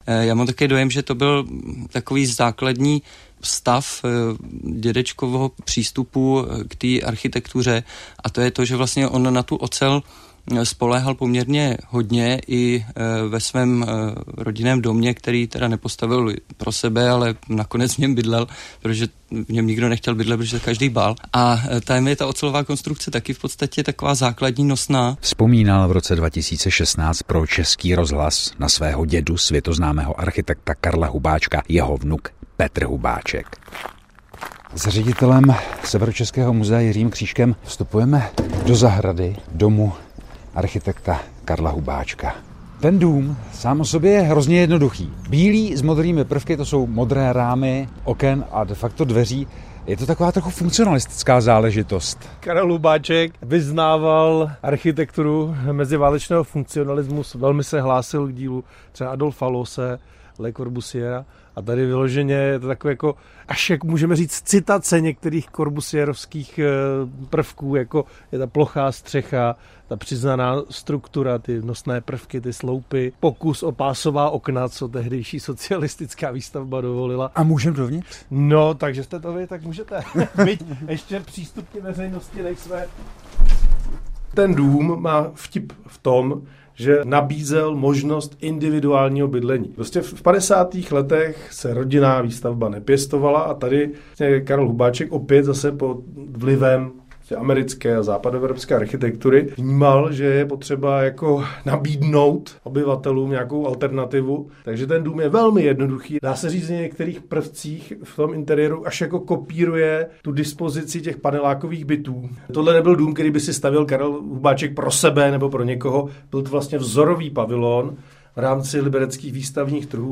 Já mám taky dojem, že to byl takový základní stav dědečkového přístupu k té architektuře a to je to, že vlastně on na tu ocel spoléhal poměrně hodně i ve svém rodinném domě, který teda nepostavil pro sebe, ale nakonec v něm bydlel, protože v něm nikdo nechtěl bydlet, protože se každý bál. A tam je ta ocelová konstrukce taky v podstatě taková základní nosná. Vzpomínal v roce 2016 pro Český rozhlas na svého dědu, světoznámého architekta Karla Hubáčka, jeho vnuk Petr Hubáček. S ředitelem Severočeského muzea Jiřím Křížkem vstupujeme do zahrady domu architekta Karla Hubáčka. Ten dům sám o sobě je hrozně jednoduchý. Bílý s modrými prvky, to jsou modré rámy oken a de facto dveří. Je to taková trochu funkcionalistická záležitost. Karel Hubáček vyznával architekturu meziválečného funkcionalismu, velmi se hlásil k dílu třeba Adolfa Loose, Le Corbusiera. A tady vyloženě je to takové jako, až jak můžeme říct, citace některých corbusierovských prvků, jako je ta plochá střecha, ta přiznaná struktura, ty nosné prvky, ty sloupy, pokus o pásová okna, co tehdejší socialistická výstavba dovolila. A můžeme dovnitř? No, takže jste to vy, tak můžete. Byť ještě přístupně veřejnosti nejsme. Ten dům má vtip v tom, že nabízel možnost individuálního bydlení. Prostě v 50. letech se rodinná výstavba nepěstovala a tady Karel Hubáček opět zase pod vlivem americké a západoevropské architektury vnímal, že je potřeba jako nabídnout obyvatelům nějakou alternativu. Takže ten dům je velmi jednoduchý. Dá se říct, že v některých prvcích v tom interiéru až jako kopíruje tu dispozici těch panelákových bytů. Tohle nebyl dům, který by si stavěl Karel Hubáček pro sebe nebo pro někoho. Byl to vlastně vzorový pavilon. V rámci libereckých výstavních trhů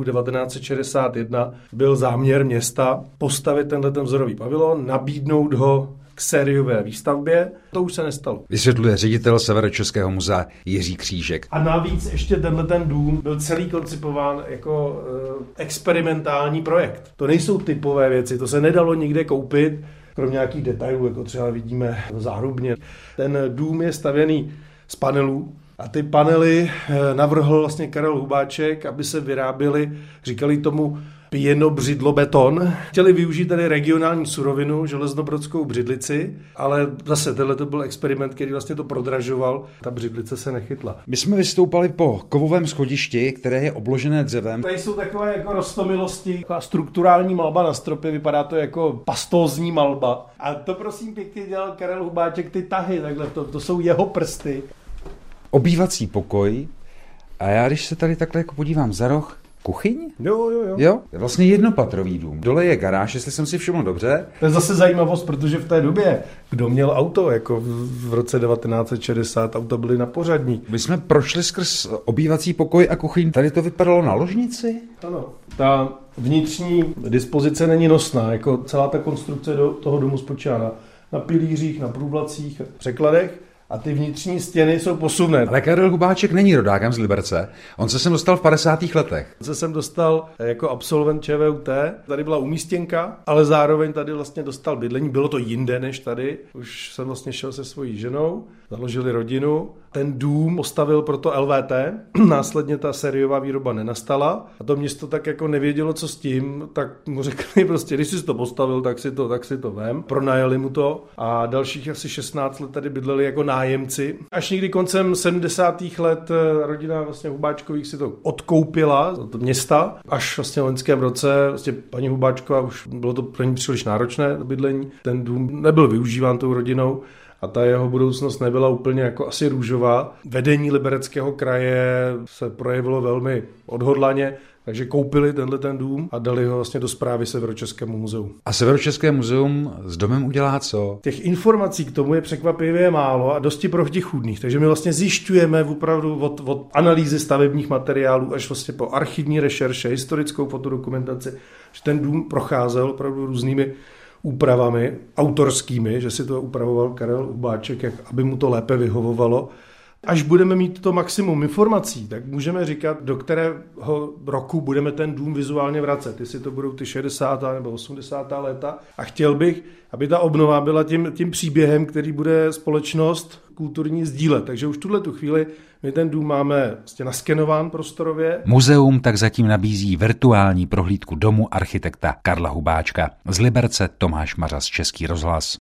1961 byl záměr města postavit ten vzorový pavilon, nabídnout ho k sériové výstavbě. To už se nestalo. Vysvětluje ředitel Severočeského muzea Jiří Křížek. A navíc ještě ten dům byl celý koncipován jako experimentální projekt. To nejsou typové věci, to se nedalo nikde koupit, kromě nějakých detailů, jako třeba vidíme v Záhrubně. Ten dům je stavěný z panelů a ty panely navrhl vlastně Karel Hubáček, aby se vyráběly, říkali tomu pěnobřidlobeton. Chtěli využít tady regionální surovinu, železnobrodskou břidlici, ale zase tenhle to byl experiment, který vlastně to prodražoval. Ta břidlice se nechytla. My jsme vystoupali po kovovém schodišti, které je obložené dřevem. Tady jsou takové jako roztomilosti, taková strukturální malba na stropě, vypadá to jako pastózní malba. A to prosím pěkně dělal Karel Hubáček, ty tahy, takhle, to jsou jeho prsty. Obývací pokoj. A já když se tady takhle jako podívám za roh, kuchyň? Jo. Je vlastně jednopatrový dům. Dole je garáž, jestli jsem si všiml dobře. To je zase zajímavost, protože v té době, kdo měl auto, jako v roce 1960, auta byly na pořadní. My jsme prošli skrz obývací pokoj a kuchyň. Tady to vypadalo na ložnici? Ano. Ta vnitřní dispozice není nosná, jako celá ta konstrukce do toho domu spočívá na pilířích, na průvlacích, překladech. A ty vnitřní stěny jsou posuvné. Ale Karel Hubáček není rodákem z Liberce. On se sem dostal v 50. letech. On se sem dostal jako absolvent ČVUT. Tady byla umístěnka, ale zároveň tady vlastně dostal bydlení. Bylo to jinde než tady. Už jsem vlastně šel se svojí ženou, založili rodinu. Ten dům postavil proto LVT. Následně ta sériová výroba nenastala. A to město tak jako nevědělo, co s tím. Tak mu řekli prostě, když jsi to postavil, tak si to vem. Pronajali mu to. A dalších asi 16 let tady bydleli jako nájemci. Až někdy koncem 70. let rodina vlastně Hubáčkových si to odkoupila od města. Až vlastně v loňském roce vlastně paní Hubáčková už bylo to pro ní příliš náročné bydlení. Ten dům nebyl využíván tou rodinou a ta jeho budoucnost nebyla úplně jako asi růžová. Vedení Libereckého kraje se projevilo velmi odhodlaně, takže koupili ten dům a dali ho vlastně do správy Severočeskému muzeu. A Severočeské muzeum s domem udělá co? Těch informací k tomu je překvapivě málo a dosti protichůdných, takže my vlastně zjišťujeme opravdu od analýzy stavebních materiálů až vlastně po archivní rešerše, historickou fotodokumentaci, že ten dům procházel opravdu různými úpravami autorskými, že si to upravoval Karel Hubáček, aby mu to lépe vyhovovalo. Až budeme mít to maximum informací, tak můžeme říkat, do kterého roku budeme ten dům vizuálně vracet. Jestli to budou ty 60. nebo 80. léta. A chtěl bych, aby ta obnova byla tím příběhem, který bude společnost kulturní sdílet. Takže už tuhle tu chvíli my ten dům máme vlastně naskenován prostorově. Muzeum tak zatím nabízí virtuální prohlídku domu architekta Karla Hubáčka. Z Liberce Tomáš Mařas, Český rozhlas.